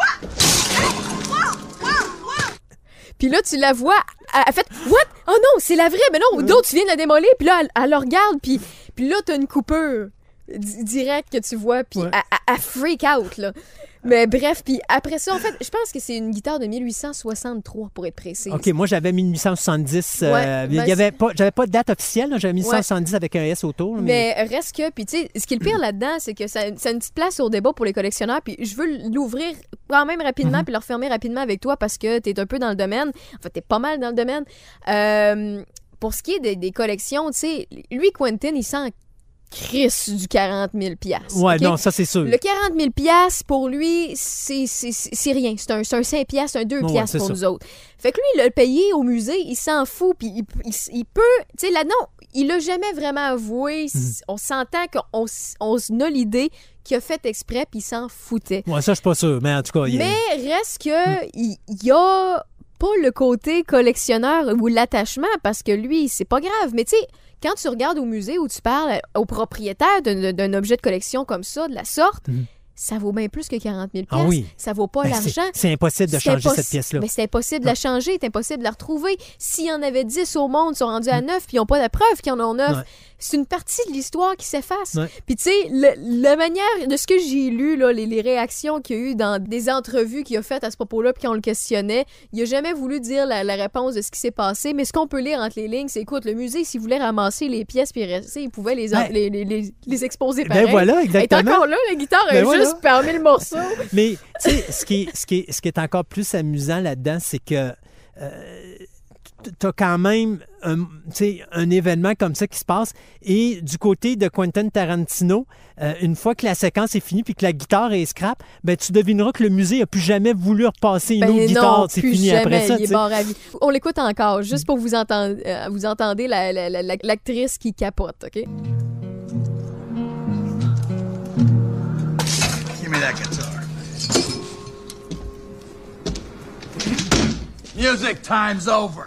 Puis là, tu la vois, elle fait « What? Oh non, c'est la vraie! Mais non, d'autres, tu viens de la démolir. » Puis là, elle, elle la regarde, puis, puis là, t'as une coupure d- directe que tu vois, puis ouais. elle, elle, elle freak out, là. Mais bref, puis après ça, en fait, je pense que c'est une guitare de mille huit cent soixante-trois, pour être précise.
OK, moi, j'avais mille huit cent soixante-dix.
Ouais,
euh, ben, il y avait pas, j'avais pas de date officielle, là, j'avais mille huit cent soixante-dix ouais. avec un S autour. Là, mais...
mais reste que, puis tu sais, ce qui est le pire là-dedans, c'est que ça, ça a une petite place au débat pour les collectionneurs, puis je veux l'ouvrir quand même rapidement, mm-hmm. puis le refermer rapidement avec toi parce que t'es un peu dans le domaine. En fait, t'es pas mal dans le domaine. Euh, pour ce qui est des, des collections, tu sais, lui, Quentin, il sent Chris du quarante mille dollars.
Ouais,
okay?
non, ça, c'est sûr.
Le quarante mille dollars, pour lui, c'est, c'est, c'est rien. C'est un, c'est un cinq dollars, c'est un deux dollars ouais, pour ça. Nous autres. Fait que lui, il l'a payé au musée, il s'en fout, puis il, il, il peut... Tu sais, là-dedans, il l'a jamais vraiment avoué. Mm-hmm. On s'entend qu'on on a l'idée qu'il a fait exprès, puis il s'en foutait.
Ouais, ça, je suis pas sûr, mais en tout cas... Il...
Mais reste que, mm. il y a pas le côté collectionneur ou l'attachement, parce que lui, c'est pas grave. Mais tu sais... Quand tu regardes au musée où tu parles au propriétaire d'un, d'un objet de collection comme ça, de la sorte, mm-hmm. ça vaut bien plus que quarante mille dollars.
Ah oui.
Ça vaut pas
ben
l'argent.
C'est, c'est impossible de
c'est
changer
impos-
cette pièce-là.
Mais c'est impossible de la changer, c'est impossible de la retrouver. S'il y en avait dix au monde, ils sont rendus à neuf, puis ils n'ont pas la preuve qu'ils en ont neuf. Ouais. C'est une partie de l'histoire qui s'efface. Ouais. Puis tu sais, le, la manière de ce que j'ai lu, là, les, les réactions qu'il y a eu dans des entrevues qu'il a faites à ce propos-là, puis qu'on le questionnait, il a jamais voulu dire la, la réponse de ce qui s'est passé, mais ce qu'on peut lire entre les lignes, c'est, écoute, le musée, s'il voulait ramasser les pièces puis rester, il pouvait les, en, ben, les, les, les, les exposer pareil.
Ben voilà, exactement.
Elle est encore là, la guitare
ben
est
voilà.
juste parmi le morceau.
Mais tu sais, ce qui, ce, qui est, ce qui est encore plus amusant là-dedans, c'est que euh, tu as quand même un, un événement comme ça qui se passe. Et du côté de Quentin Tarantino, euh, une fois que la séquence est finie puis que la guitare est scrap, ben, tu devineras que le musée n'a plus jamais voulu repasser une
ben
autre
non,
guitare. C'est fini
jamais,
après ça.
Il est mort à vie. On l'écoute encore, juste pour vous entendre. Euh, vous entendez la, la, la, l'actrice qui capote, OK?
Give me that guitar. Music time's over.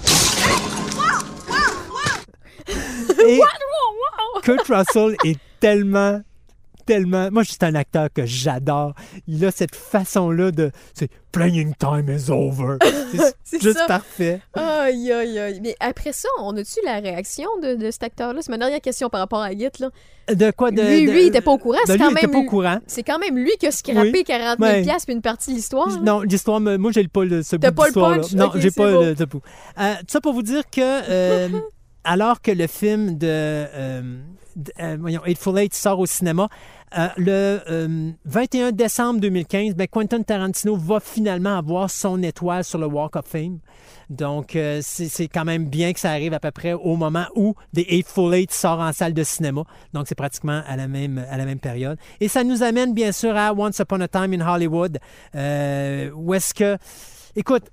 Et Kurt Russell est tellement, tellement... Moi, c'est un acteur que j'adore. Il a cette façon-là de... C'est « Playing time is over ». C'est,
c'est
juste
ça.
parfait.
Aïe, aïe, aïe. Mais après ça, on a-tu la réaction de, de cet acteur-là? C'est ma dernière question par rapport à Git, là.
De quoi? De,
lui,
de,
lui, il était pas au courant.
De
C'est
lui,
quand
il était
même
pas au
lui-
courant.
C'est quand même lui qui a scrappé
Oui.
quarante mille
Ouais.
piastres puis une partie de l'histoire. là.
Non, l'histoire, me- moi, j'ai pas le, ce
T'as
bout
pas le
d'histoire-là.
punch?
Non,
Ok,
j'ai
c'est
pas
beau.
le, ce bout. Euh, tout ça pour vous dire que, euh, alors que le film de, euh, de euh, voyons, Hateful Eight sort au cinéma, euh, le euh, vingt et un décembre deux mille quinze, ben, Quentin Tarantino va finalement avoir son étoile sur le Walk of Fame. Donc, euh, c'est, c'est quand même bien que ça arrive à peu près au moment où The Hateful Eight sort en salle de cinéma. Donc, c'est pratiquement à la même, à la même période. Et ça nous amène, bien sûr, à Once Upon a Time in Hollywood, euh, où est-ce que... Écoute,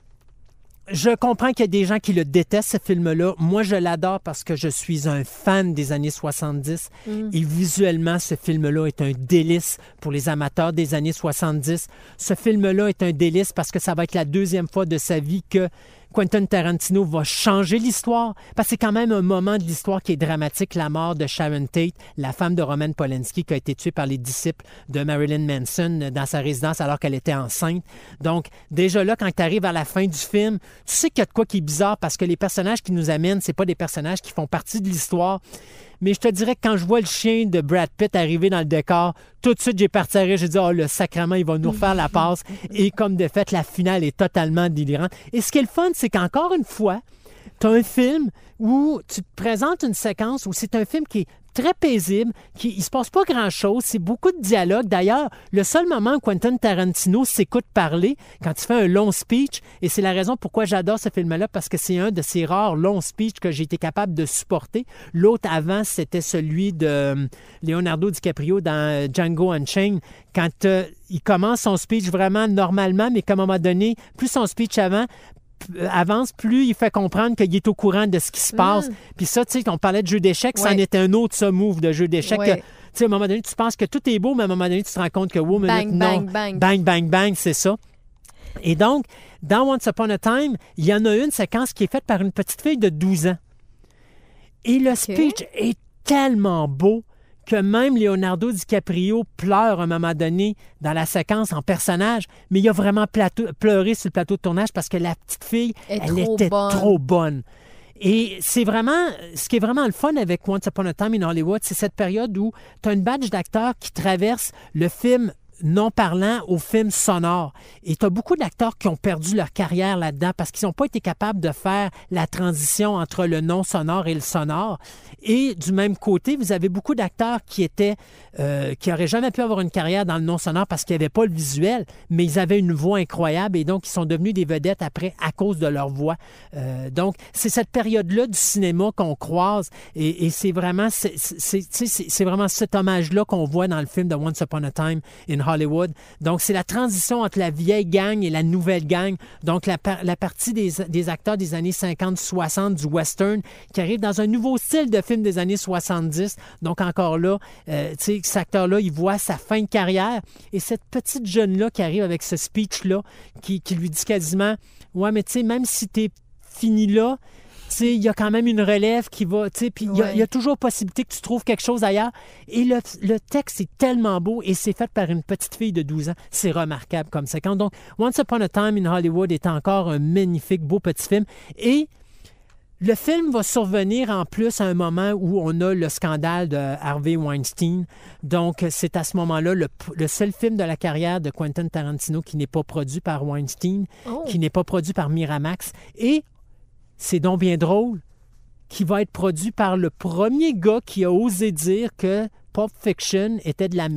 je comprends qu'il y a des gens qui le détestent, ce film-là. Moi, je l'adore parce que je suis un fan des années soixante-dix.
Mm.
Et visuellement, ce film-là est un délice pour les amateurs des années soixante-dix. Ce film-là est un délice parce que ça va être la deuxième fois de sa vie que Quentin Tarantino va changer l'histoire. Parce que c'est quand même un moment de l'histoire qui est dramatique, la mort de Sharon Tate, la femme de Roman Polanski qui a été tuée par les disciples de Marilyn Manson dans sa résidence alors qu'elle était enceinte. Donc, déjà là, quand tu arrives à la fin du film, tu sais qu'il y a de quoi qui est bizarre parce que les personnages qui nous amènent, c'est pas des personnages qui font partie de l'histoire. Mais je te dirais que quand je vois le chien de Brad Pitt arriver dans le décor, tout de suite, j'ai parti à rire. J'ai dit, oh, le sacrement, il va nous refaire la passe. Et comme de fait, la finale est totalement délirante. Et ce qui est le fun, c'est qu'encore une fois, tu as un film où tu te présentes une séquence où c'est un film qui est très paisible, qui, il se passe pas grand-chose, c'est beaucoup de dialogue. D'ailleurs, le seul moment où Quentin Tarantino s'écoute parler, quand il fait un long speech, et c'est la raison pourquoi j'adore ce film-là, parce que c'est un de ces rares longs speeches que j'ai été capable de supporter. L'autre avant, c'était celui de euh, Leonardo DiCaprio dans euh, Django Unchained, quand euh, il commence son speech vraiment normalement, mais qu'à un moment donné, plus son speech avant, avance, plus il fait comprendre qu'il est au courant de ce qui se passe.
Mm.
Puis ça, tu sais, on parlait de jeu d'échecs,
Ouais.
c'en était un autre, ça, move de jeu d'échecs.
Ouais.
que, Tu sais, à un moment donné, tu penses que tout est beau, mais à un moment donné, tu te rends compte que, wow,
Bang,
minute,
bang,
non.
bang.
Bang, bang, bang, c'est ça. Et donc, dans Once Upon a Time, il y en a une séquence qui est faite par une petite fille de douze ans. Et le speech est tellement beau que même Leonardo DiCaprio pleure à un moment donné dans la séquence en personnage, mais il a vraiment plateau, pleuré sur le plateau de tournage parce que la petite fille,
Elle est
elle
trop
était
bonne.
trop bonne. Et c'est vraiment, ce qui est vraiment le fun avec Once Upon a Time in Hollywood, c'est cette période où tu as une batch d'acteurs qui traversent le film non parlant au film sonore. Et tu as beaucoup d'acteurs qui ont perdu leur carrière là-dedans parce qu'ils n'ont pas été capables de faire la transition entre le non sonore et le sonore. Et du même côté, vous avez beaucoup d'acteurs qui étaient, euh, qui n'auraient jamais pu avoir une carrière dans le non sonore parce qu'ils n'avaient pas le visuel, mais ils avaient une voix incroyable et donc ils sont devenus des vedettes après à cause de leur voix. Euh, donc, c'est cette période-là du cinéma qu'on croise et, et c'est vraiment, c'est, c'est, c'est, c'est vraiment cet hommage-là qu'on voit dans le film de Once Upon a Time in Hollywood. Donc, c'est la transition entre la vieille gang et la nouvelle gang. Donc, la, par- la partie des, des acteurs des années cinquante soixante du western qui arrive dans un nouveau style de film des années soixante-dix. Donc, encore là, euh, tu sais, cet acteur-là, il voit sa fin de carrière. Et cette petite jeune-là qui arrive avec ce speech-là, qui, qui lui dit quasiment, « Ouais, mais tu sais, même si t'es fini là, tu sais, il y a quand même une relève qui va, tu sais, puis il y a-
Ouais.
il y, a toujours possibilité que tu trouves quelque chose ailleurs. » Et le, le texte est tellement beau et c'est fait par une petite fille de douze ans. C'est remarquable comme séquence. Donc, Once Upon a Time in Hollywood est encore un magnifique, beau petit film. Et le film va survenir en plus à un moment où on a le scandale de Harvey Weinstein. Donc, c'est à ce moment-là le, le seul film de la carrière de Quentin Tarantino qui n'est pas produit par Weinstein,
Oh.
qui n'est pas produit par Miramax. Et c'est donc bien drôle, qui va être produit par le premier gars qui a osé dire que Pulp Fiction était de la merde.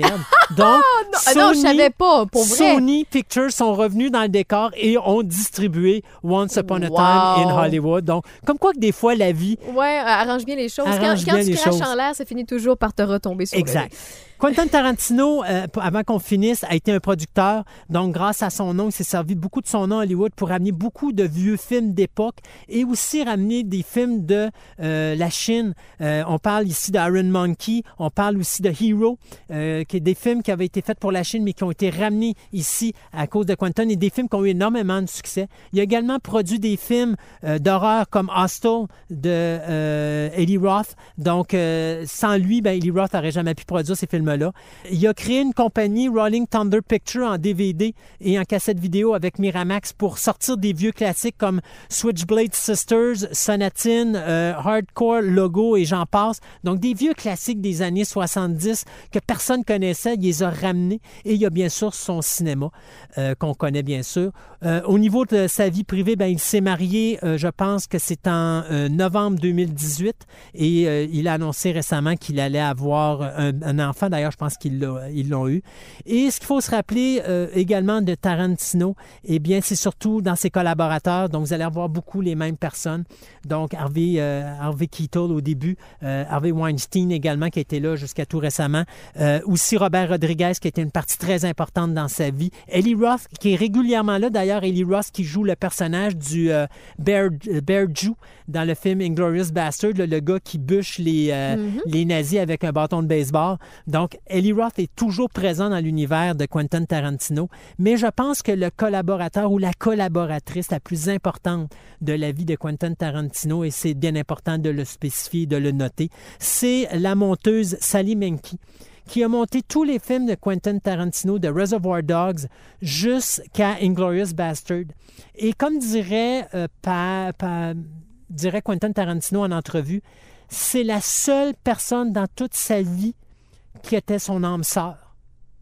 Donc,
non,
Sony,
non, je savais pas, pour vrai.
Sony Pictures sont revenus dans le décor et ont distribué Once Upon a
Wow.
Time in Hollywood. Donc, comme quoi que des fois, la vie...
Ouais, euh, arrange bien les choses.
Arrange
quand quand
bien
tu
les
craches
choses.
en l'air, ça finit toujours par te retomber sur
Exact.
le nez.
Quentin Tarantino, euh, avant qu'on finisse, a été un producteur. Donc, grâce à son nom, il s'est servi beaucoup de son nom à Hollywood pour ramener beaucoup de vieux films d'époque et aussi ramener des films de euh, la Chine. Euh, on parle ici d'Iron Monkey, on parle aussi de Hero, euh, qui est des films qui avaient été faits pour la Chine, mais qui ont été ramenés ici à cause de Quentin et des films qui ont eu énormément de succès. Il a également produit des films euh, d'horreur comme Hostel de euh, Eli Roth. Donc, euh, sans lui, ben, Eli Roth n'aurait jamais pu produire ces films-là. Là. Il a créé une compagnie, Rolling Thunder Pictures, en D V D et en cassette vidéo avec Miramax pour sortir des vieux classiques comme Switchblade Sisters, Sonatine, euh, Hardcore, Logo et j'en passe. Donc, des vieux classiques des années soixante-dix que personne connaissait, il les a ramenés. Et il y a bien sûr son cinéma, euh, qu'on connaît bien sûr. Euh, au niveau de sa vie privée, ben, il s'est marié, euh, je pense que c'est en euh, novembre deux mille dix-huit et euh, il a annoncé récemment qu'il allait avoir un, un enfant. D'ailleurs, je pense qu'ils l'ont, ils l'ont eu. Et ce qu'il faut se rappeler euh, également de Tarantino, eh bien, c'est surtout dans ses collaborateurs. Donc, vous allez avoir beaucoup les mêmes personnes. Donc, Harvey, euh, Harvey Keitel au début, euh, Harvey Weinstein également, qui était là jusqu'à tout récemment. Euh, aussi Robert Rodriguez, qui était une partie très importante dans sa vie. Eli Roth, qui est régulièrement là. D'ailleurs, Eli Roth, qui joue le personnage du euh, Bear, Bear Jew dans le film Inglourious Bastard, le, le gars qui bûche les, euh, mm-hmm. les nazis avec un bâton de baseball. Donc, Eli Roth est toujours présent dans l'univers de Quentin Tarantino, mais je pense que le collaborateur ou la collaboratrice la plus importante de la vie de Quentin Tarantino, et c'est bien important de le spécifier, de le noter, c'est la monteuse Sally Menke, qui a monté tous les films de Quentin Tarantino, de Reservoir Dogs jusqu'à Inglourious Bastard. Et comme dirait, euh, pa, pa, dirait Quentin Tarantino en entrevue, c'est la seule personne dans toute sa vie qui était son âme sœur.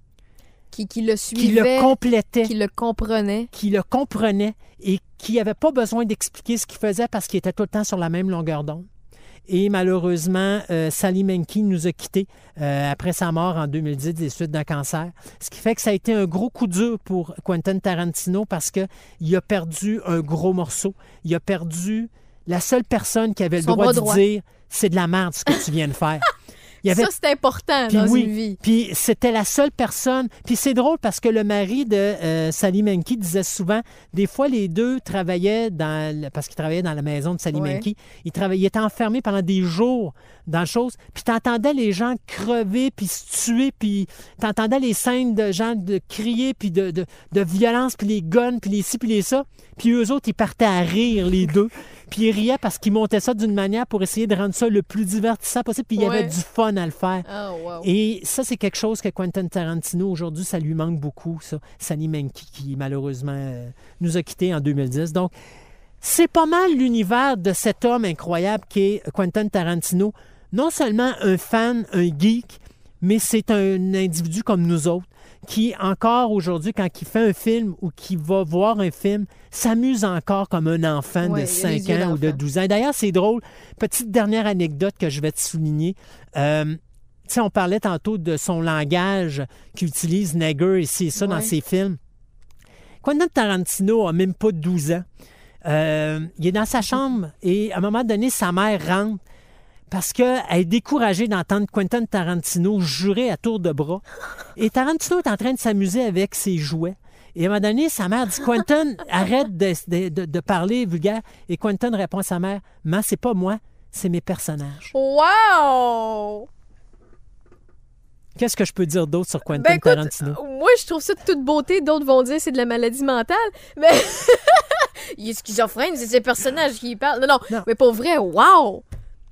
Qui, qui le suivait.
Qui le complétait.
Qui le comprenait.
Qui le comprenait et qui n'avait pas besoin d'expliquer ce qu'il faisait parce qu'il était tout le temps sur la même longueur d'onde. Et malheureusement, euh, Sally Menke nous a quittés euh, après sa mort en deux mille dix des suites d'un cancer. Ce qui fait que ça a été un gros coup dur pour Quentin Tarantino parce qu'il a perdu un gros morceau. Il a perdu la seule personne qui avait le
Son
droit de
droit.
dire « c'est de la merde ce que tu viens de faire ». Il y avait...
Ça, c'est important
puis
dans
oui,
une vie.
Puis c'était la seule personne. Puis c'est drôle parce que le mari de euh, Sally Menke disait souvent, des fois les deux travaillaient dans, le... parce qu'ils travaillaient dans la maison de Sally
ouais.
Menke, ils, travaillaient... ils étaient enfermés pendant des jours dans le chose. Puis t'entendais les gens crever puis se tuer, puis t'entendais les scènes de gens de crier puis de, de, de violence, puis les guns, puis les ci, puis les ça. Puis eux autres, ils partaient à rire, les deux. Puis ils riaient parce qu'ils montaient ça d'une manière pour essayer de rendre ça le plus divertissant possible. Puis il y
ouais.
avait du fun à le faire.
Oh, wow.
Et ça, c'est quelque chose que Quentin Tarantino, aujourd'hui, ça lui manque beaucoup, ça. Sally Menke, qui malheureusement euh, nous a quittés en deux mille dix. Donc, c'est pas mal l'univers de cet homme incroyable qui est Quentin Tarantino. Non seulement un fan, un geek, mais c'est un individu comme nous autres qui, encore aujourd'hui, quand il fait un film ou qui va voir un film, s'amuse encore comme un enfant
ouais,
de cinq ans
d'enfant.
ou de douze ans. D'ailleurs, c'est drôle. Petite dernière anecdote que je vais te souligner. Euh, tu sais, on parlait tantôt de son langage qu'utilise Nagger ici et ça
ouais.
dans ses films. Quentin Tarantino n'a même pas douze ans. Euh, il est dans sa chambre et à un moment donné, sa mère rentre parce qu'elle est découragée d'entendre Quentin Tarantino jurer à tour de bras. Et Tarantino est en train de s'amuser avec ses jouets. Et à un moment donné, sa mère dit « Quentin, arrête de, de, de, de parler vulgaire. » Et Quentin répond à sa mère « Maman, c'est pas moi, c'est mes personnages. »
Wow!
Qu'est-ce que je peux dire d'autre sur Quentin
ben, écoute,
Tarantino?
Moi, je trouve ça de toute beauté. D'autres vont dire que c'est de la maladie mentale. Mais il est schizophrène, c'est ses personnages qui parlent. Non, non,
non.
Mais pour vrai, wow!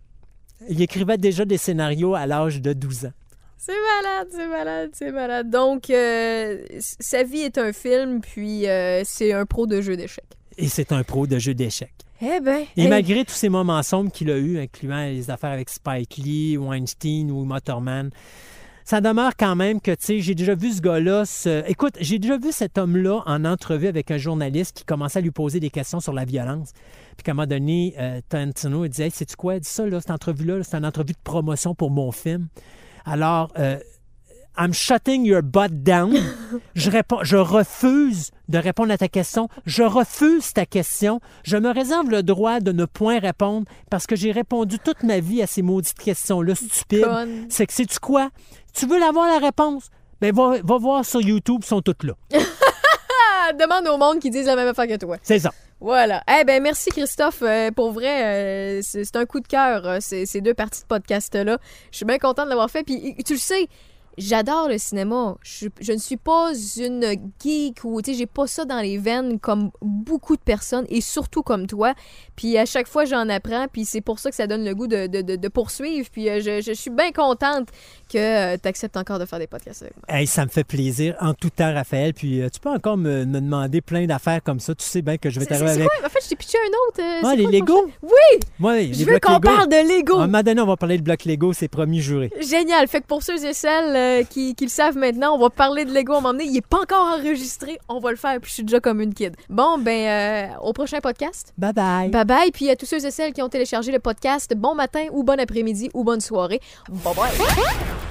Il écrivait déjà des scénarios à l'âge de douze ans.
C'est malade, c'est malade, c'est malade. Donc, euh, sa vie est un film, puis euh, c'est un pro de jeu d'échecs.
Et c'est un pro de jeu d'échecs.
Eh bien...
Et
hey.
malgré tous ces moments sombres qu'il a eus, incluant les affaires avec Spike Lee, Weinstein ou Motorman, ça demeure quand même que, tu sais, j'ai déjà vu ce gars-là... Se... Écoute, j'ai déjà vu cet homme-là en entrevue avec un journaliste qui commençait à lui poser des questions sur la violence. Puis qu'à un moment donné, euh, Tarantino, il disait hey, « Sais-tu quoi? Dis ça, là, cette entrevue-là, c'est une entrevue de promotion pour mon film. » Alors, euh, I'm shutting your butt down. je, réponds, je refuse de répondre à ta question. Je refuse ta question. Je me réserve le droit de ne point répondre parce que j'ai répondu toute ma vie à ces maudites questions-là stupides.
Conne.
C'est que, sais-tu quoi? Tu veux avoir la réponse? Ben, va, va voir sur YouTube, ils sont toutes là.
Ah, demande au monde qui disent la même affaire que toi.
C'est ça.
Voilà. Eh ben merci Christophe. Euh, pour vrai, euh, c'est, c'est un coup de cœur, euh, ces, ces deux parties de podcast-là. Je suis bien contente de l'avoir fait. Puis tu le sais, j'adore le cinéma. Je, je ne suis pas une geek ou, tu sais, j'ai pas ça dans les veines comme beaucoup de personnes et surtout comme toi. Puis à chaque fois, j'en apprends. Puis c'est pour ça que ça donne le goût de, de, de, de poursuivre. Puis euh, je, je suis bien contente que euh, tu acceptes encore de faire des podcasts avec moi.
Hey, ça me fait plaisir en tout temps, Raphaël. Puis euh, tu peux encore me, me demander plein d'affaires comme ça. Tu sais bien que je vais
C'est,
t'arriver
c'est
avec...
quoi? En fait, je t'ai pitché un autre. Euh,
Ah,
c'est
les
quoi le
Legos?
prochain? Oui!
Ouais, les
Je veux
blocs
qu'on
Lego.
parle de Lego.
À un moment donné, on va parler de blocs Lego, c'est promis, juré.
Génial. Fait que pour ceux et celles euh, qui, qui le savent maintenant, on va parler de Lego à un moment donné. Il n'est pas encore enregistré. On va le faire, puis je suis déjà comme une kid. Bon, ben, euh, au prochain podcast.
Bye bye.
Bye bye. Puis à tous ceux et celles qui ont téléchargé le podcast, bon matin ou bon après-midi ou bonne soirée. Bye bye.